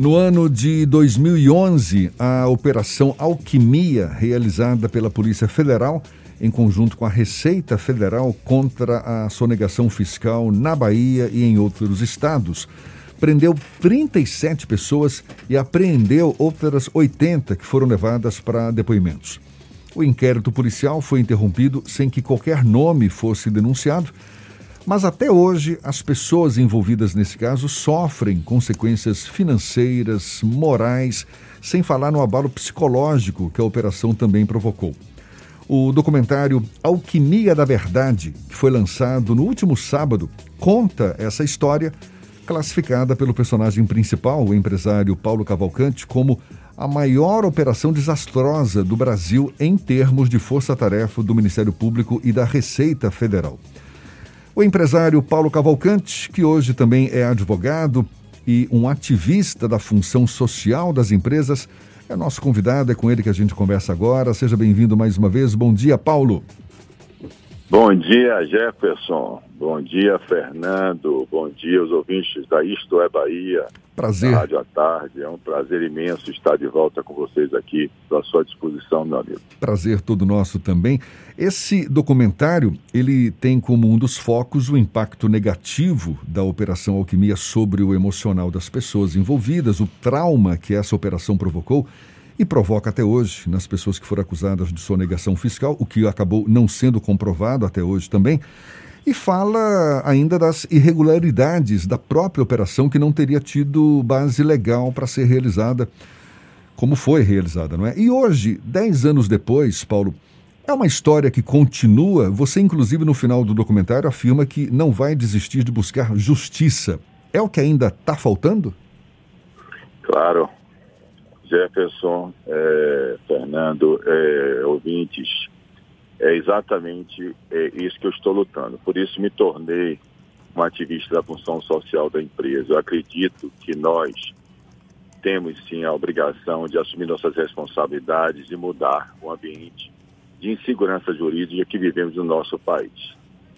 No ano de 2011, a Operação Alquimia, realizada pela Polícia Federal, em conjunto com a Receita Federal contra a sonegação fiscal na Bahia e em outros estados, prendeu 37 pessoas e apreendeu outras 80 que foram levadas para depoimentos. O inquérito policial foi interrompido sem que qualquer nome fosse denunciado, mas até hoje as pessoas envolvidas nesse caso sofrem consequências financeiras, morais, sem falar no abalo psicológico que a operação também provocou. O documentário Alquimia da Verdade, que foi lançado no último sábado, conta essa história, classificada pelo personagem principal, o empresário Paulo Cavalcante, como a maior operação desastrosa do Brasil em termos de força-tarefa do Ministério Público e da Receita Federal. O empresário Paulo Cavalcante, que hoje também é advogado e um ativista da função social das empresas, é nosso convidado, é com ele que a gente conversa agora. Seja bem-vindo mais uma vez. Bom dia, Paulo. Bom dia, Jefferson. Bom dia, Fernando. Bom dia aos ouvintes da Isto é Bahia. Prazer. Da Rádio à Tarde. É um prazer imenso estar de volta com vocês aqui, à sua disposição, meu amigo. Prazer todo nosso também. Esse documentário, ele tem como um dos focos o impacto negativo da Operação Alquimia sobre o emocional das pessoas envolvidas, o trauma que essa operação provocou e provoca até hoje nas pessoas que foram acusadas de sonegação fiscal, o que acabou não sendo comprovado até hoje também. E fala ainda das irregularidades da própria operação, que não teria tido base legal para ser realizada, como foi realizada, não é? E hoje, 10 anos depois, Paulo, é uma história que continua. Você, inclusive, no final do documentário, afirma que não vai desistir de buscar justiça. É o que ainda está faltando? Claro. Jefferson, Fernando, ouvintes, é exatamente isso que eu estou lutando. Por isso me tornei um ativista da função social da empresa. Eu acredito que nós temos sim a obrigação de assumir nossas responsabilidades e mudar o ambiente de insegurança jurídica que vivemos no nosso país.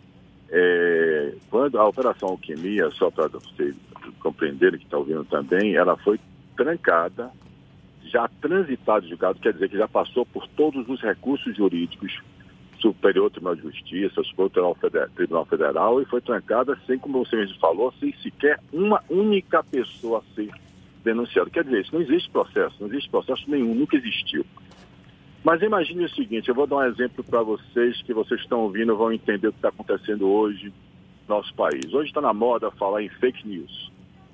Quando a Operação Alquimia, só para vocês compreenderem que está ouvindo também, ela foi trancada, já transitado julgado, quer dizer que já passou por todos os recursos jurídicos, Superior Tribunal de Justiça, Superior Tribunal Federal, e foi trancada sem, como você mesmo falou, sem sequer uma única pessoa ser denunciada. Quer dizer, isso não existe processo nenhum, nunca existiu. Mas imagine o seguinte, eu vou dar um exemplo para vocês, que vocês estão ouvindo vão entender o que está acontecendo hoje no nosso país. Hoje está na moda falar em fake news.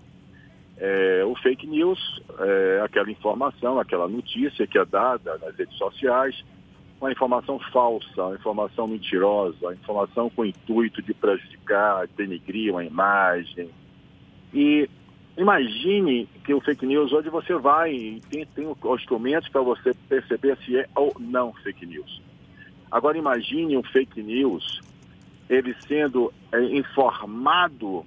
O fake news é aquela informação, aquela notícia que é dada nas redes sociais, uma informação falsa, uma informação mentirosa, uma informação com o intuito de prejudicar, denegrir uma imagem. E imagine que o fake news, hoje você vai e tem os instrumentos para você perceber se é ou não fake news. Agora imagine um fake news, ele sendo informado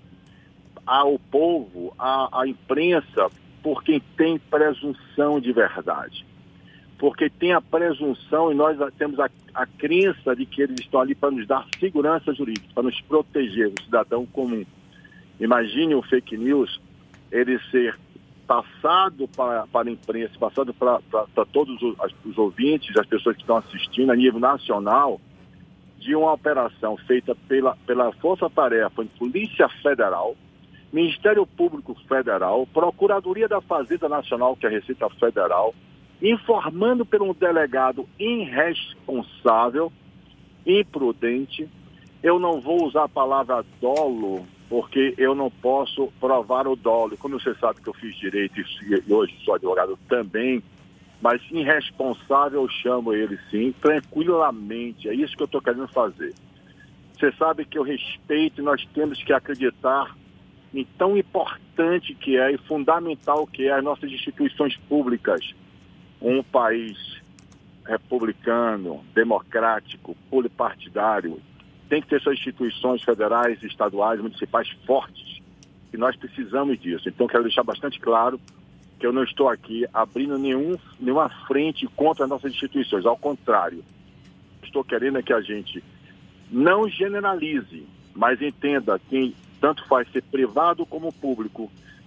ao povo, à imprensa, por quem tem presunção de verdade. Porque tem a presunção e nós temos a crença de que eles estão ali para nos dar segurança jurídica, para nos proteger, o cidadão comum. Imagine um fake news, ele ser passado para a imprensa, passado para todos os ouvintes, as pessoas que estão assistindo a nível nacional, de uma operação feita pela Força Tarefa, Polícia Federal, Ministério Público Federal, Procuradoria da Fazenda Nacional, que é a Receita Federal, informando por um delegado irresponsável, imprudente. Eu não vou usar a palavra dolo, porque eu não posso provar o dolo. Como você sabe que eu fiz direito e hoje sou advogado também, mas irresponsável eu chamo ele sim, tranquilamente. É isso que eu estou querendo fazer. Você sabe que eu respeito e nós temos que acreditar em tão importante que é e fundamental que é as nossas instituições públicas. Um país republicano, democrático, polipartidário, tem que ter suas instituições federais, estaduais, municipais fortes. E nós precisamos disso. Então, quero deixar bastante claro que eu não estou aqui abrindo nenhuma frente contra as nossas instituições. Ao contrário, estou querendo que a gente não generalize, mas entenda que tanto faz ser privado como público,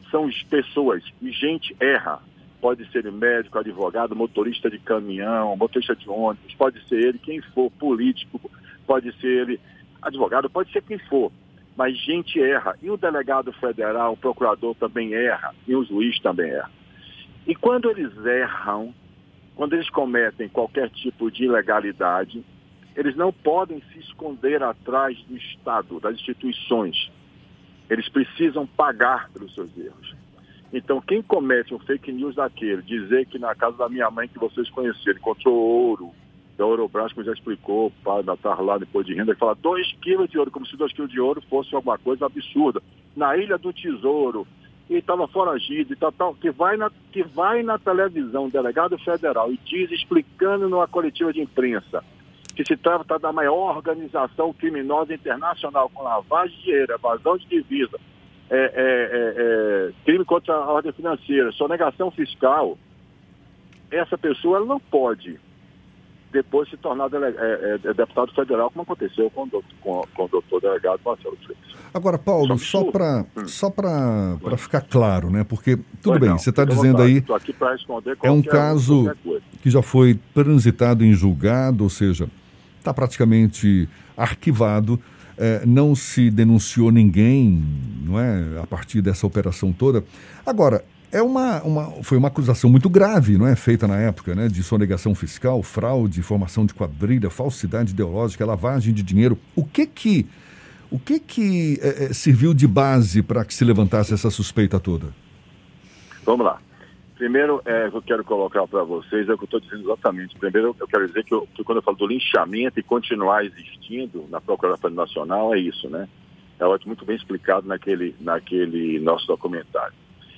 são pessoas, e gente erra. Pode ser médico, advogado, motorista de caminhão, motorista de ônibus, pode ser ele quem for, político, pode ser ele advogado, pode ser quem for. Mas gente erra. E o delegado federal, o procurador também erra, e o juiz também erra. E quando eles erram, quando eles cometem qualquer tipo de ilegalidade, eles não podem se esconder atrás do Estado, das instituições. Eles precisam pagar pelos seus erros. Então, quem comete um fake news daquele, dizer que na casa da minha mãe, que vocês conheceram, encontrou ouro, da Eurobras, como já explicou, o pai Natar lá depois de renda, ele fala 2 quilos de ouro, como se 2 quilos de ouro fosse alguma coisa absurda. Na Ilha do Tesouro, e estava foragido, e tal, que vai na televisão, delegado federal, e diz, explicando numa coletiva de imprensa, que se trata da maior organização criminosa internacional com lavagem de dinheiro, evasão de divisa, crime contra a ordem financeira, sonegação fiscal, essa pessoa ela não pode depois se tornar deputado federal, como aconteceu com o doutor delegado Marcelo Freixo. Agora, Paulo, só para ficar claro, né? Porque, tudo bem, você está dizendo aí, estou aqui para responder é um caso que já foi transitado em julgado, ou seja, está praticamente arquivado, não se denunciou ninguém, não é, a partir dessa operação toda. Agora, foi uma acusação muito grave, não é, feita na época, né, de sonegação fiscal, fraude, formação de quadrilha, falsidade ideológica, lavagem de dinheiro. O que serviu de base para que se levantasse essa suspeita toda? Vamos lá. Primeiro, eu quero colocar para vocês, é o que eu estou dizendo exatamente. Primeiro, eu quero dizer que quando eu falo do linchamento e continuar existindo na Procuradoria Nacional, é isso, né? É muito bem explicado naquele nosso documentário.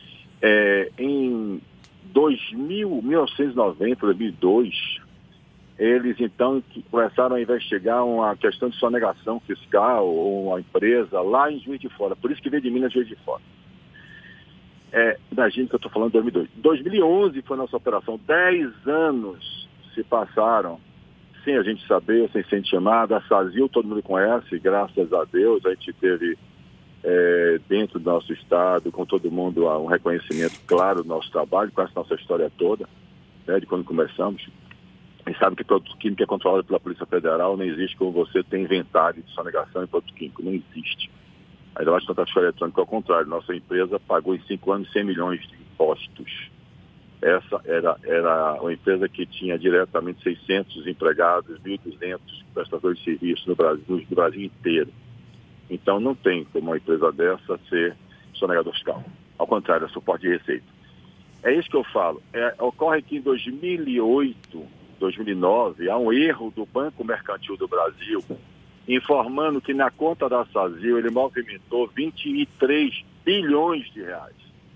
Em 1990, 2002, eles então começaram a investigar uma questão de sonegação fiscal ou uma empresa lá em Juiz de Fora. Por isso que veio de Minas, Juiz de Fora. Imagina que eu estou falando de 2002. 2011 foi a nossa operação. 10 anos se passaram sem a gente saber, sem ser chamada. A SAZIL todo mundo conhece, graças a Deus. A gente teve dentro do nosso estado, com todo mundo, um reconhecimento claro do nosso trabalho, com essa nossa história toda, né, de quando começamos. E sabe que produto químico é controlado pela Polícia Federal, não existe como você ter inventário de sonegação em produto químico, não existe. A Hidrolat Fantástico Eletrônico, ao contrário, nossa empresa pagou em 5 anos 100 milhões de impostos. Essa era uma empresa que tinha diretamente 600 empregados, 1.200 prestadores de serviço no Brasil inteiro. Então não tem como uma empresa dessa ser sonegador fiscal. Ao contrário, é suporte de receita. É isso que eu falo. Ocorre que em 2008, 2009, há um erro do Banco Mercantil do Brasil, informando que na conta da SAZIL ele movimentou 23 bilhões de reais.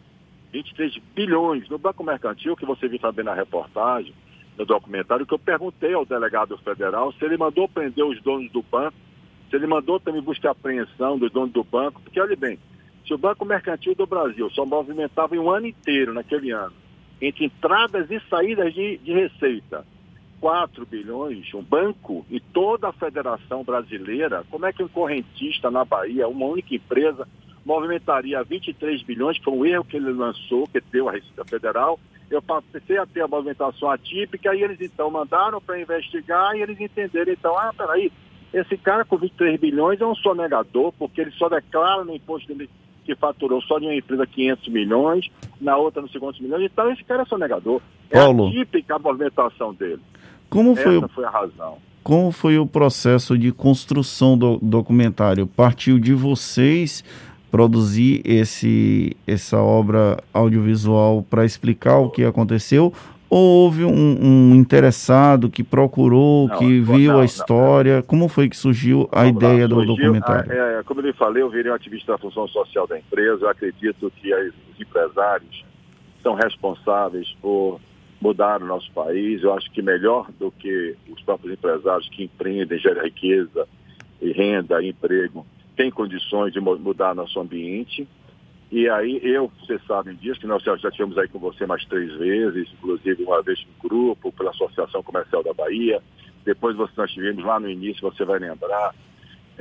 23 bilhões no Banco Mercantil, que você viu também na reportagem, no documentário, que eu perguntei ao delegado federal se ele mandou prender os donos do banco, se ele mandou também buscar a apreensão dos donos do banco, porque, olha bem, se o Banco Mercantil do Brasil só movimentava em um ano inteiro, naquele ano, entre entradas e saídas de receita, 4 bilhões, um banco e toda a Federação Brasileira, como é que um correntista na Bahia, uma única empresa, movimentaria 23 bilhões, que foi um erro que ele lançou, que deu a Receita Federal. Eu passei a ter a movimentação atípica e eles então mandaram para investigar e eles entenderam, então, peraí, esse cara com 23 bilhões é um sonegador, porque ele só declara no imposto dele que faturou só de uma empresa 500 milhões, na outra nos 500 milhões, então esse cara é sonegador. Paulo, atípica a movimentação dele. Essa foi a razão. Como foi o processo de construção do documentário? Partiu de vocês produzir essa obra audiovisual para explicar o que aconteceu? Ou houve um interessado que procurou, viu a história? Como foi que surgiu a ideia do documentário? Como eu lhe falei, eu virei um ativista da função social da empresa. Eu acredito que os empresários são responsáveis por mudar o nosso país. Eu acho que melhor do que os próprios empresários que empreendem, geram riqueza, e renda, e emprego, têm condições de mudar nosso ambiente. E aí, vocês sabem disso, que nós já tivemos aí com você mais 3 vezes, inclusive uma vez no grupo, pela Associação Comercial da Bahia. Depois nós tivemos lá no início, você vai lembrar,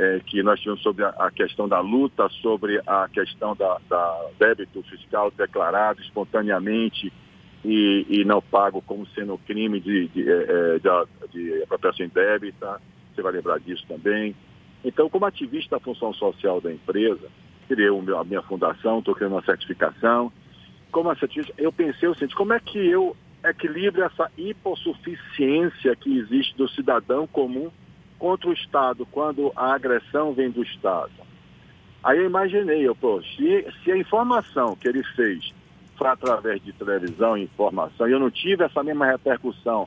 que nós tivemos sobre a questão da luta, sobre a questão da débito fiscal declarado espontaneamente e não pago como sendo crime de apropriação indébita. Você vai lembrar disso também. Então, como ativista da função social da empresa, criei a minha fundação, estou criando uma certificação. Como ativista, eu pensei o seguinte: como é que eu equilibro essa hipossuficiência que existe do cidadão comum contra o Estado, quando a agressão vem do Estado? Aí eu imaginei, se a informação que ele fez foi através de televisão e informação, e eu não tive essa mesma repercussão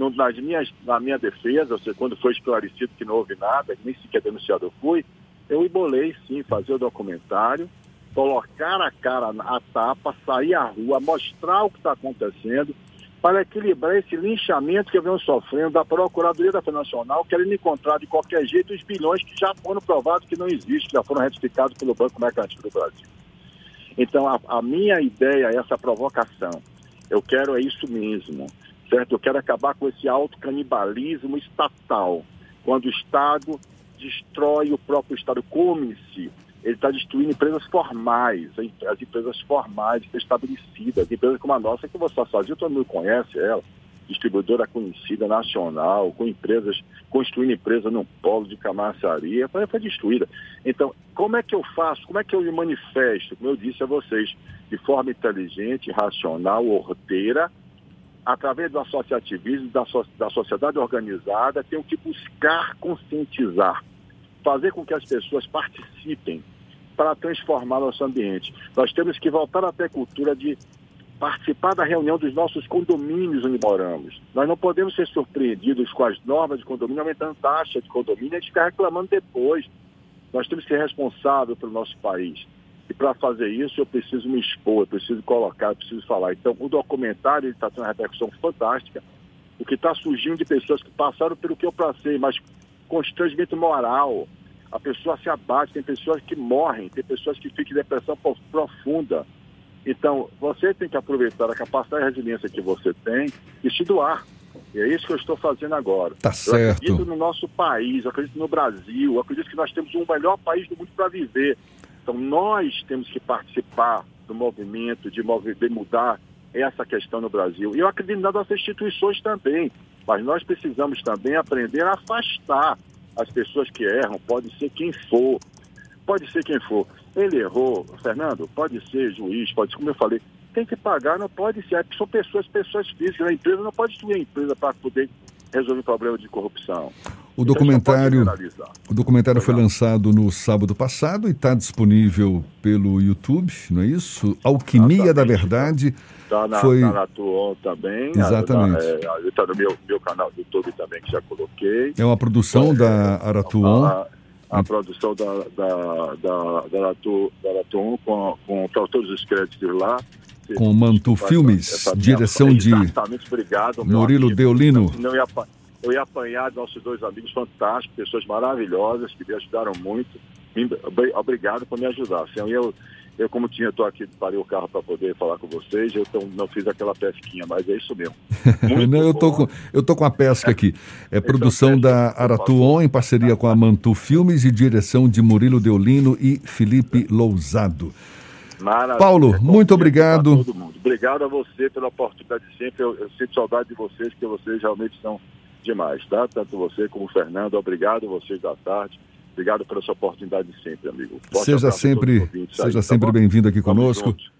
na minha defesa, ou seja, quando foi esclarecido que não houve nada, nem sequer denunciado eu fui, eu embolei sim fazer o documentário, colocar a cara à tapa, sair à rua, mostrar o que está acontecendo, para equilibrar esse linchamento que eu venho sofrendo da Procuradoria da Federação Nacional, querendo encontrar de qualquer jeito os bilhões que já foram provados que não existem, já foram retificados pelo Banco Mercantil do Brasil. Então, a minha ideia é essa provocação. Eu quero isso mesmo, certo? Eu quero acabar com esse autocanibalismo estatal, quando o Estado destrói o próprio Estado, come-se. Ele está destruindo empresas formais, as empresas formais, estabelecidas, empresas como a nossa, que você sozinho, todo mundo conhece ela, distribuidora conhecida, nacional, construindo empresa num polo de camaçaria, foi destruída. Então, como é que eu faço, como é que eu me manifesto, como eu disse a vocês, de forma inteligente, racional, ordeira, através do associativismo, da sociedade organizada, tenho que buscar conscientizar, fazer com que as pessoas participem para transformar nosso ambiente. Nós temos que voltar até a cultura de participar da reunião dos nossos condomínios onde moramos. Nós não podemos ser surpreendidos com as normas de condomínio, aumentando taxa de condomínio e a gente ficar reclamando depois. Nós temos que ser responsáveis pelo nosso país. E para fazer isso, eu preciso me expor, eu preciso colocar, eu preciso falar. Então, o documentário está tendo uma repercussão fantástica. O que está surgindo de pessoas que passaram pelo que eu passei, mas constrangimento moral. A pessoa se abate, tem pessoas que morrem, tem pessoas que ficam em depressão profunda. Então, você tem que aproveitar a capacidade de resiliência que você tem e se doar. E é isso que eu estou fazendo agora. Tá certo. Eu acredito no nosso país, eu acredito no Brasil, eu acredito que nós temos o melhor país do mundo para viver. Então, nós temos que participar do movimento de mudar essa questão no Brasil. E eu acredito nas nossas instituições também. Mas nós precisamos também aprender a afastar as pessoas que erram. Pode ser quem for. Pode ser quem for. Ele errou, Fernando, pode ser juiz, pode ser, como eu falei, tem que pagar, não pode ser. São pessoas físicas. A empresa não pode destruir a empresa para poder resolver problema de corrupção. O documentário foi lançado no sábado passado e está disponível pelo YouTube, não é isso? Alquimia da Verdade. Está na Aratuon também. Exatamente. Está no meu canal do YouTube também, que já coloquei. É uma produção da Aratuon. A produção da Aratuon com todos os créditos lá. Com Mantu Filmes, direção de obrigado, Murilo Deolino. Eu ia apanhar nossos dois amigos fantásticos, pessoas maravilhosas que me ajudaram muito. Obrigado por me ajudar. Assim, eu como estou aqui, parei o carro para poder falar com vocês, eu não fiz aquela pesquinha, mas é isso mesmo. Não, eu tô com a pesca aqui. É produção da Aratuon em parceria com a Mantu Filmes e direção de Murilo Deolino e Felipe Lousado. Maravilha. Paulo, muito obrigado. Todo mundo. Obrigado a você pela oportunidade de sempre. Eu sinto saudade de vocês, porque vocês realmente são demais, tá? Tanto você como o Fernando. Obrigado a vocês da tarde. Obrigado pela sua oportunidade de sempre, amigo. Seja sempre bem-vindo aqui conosco.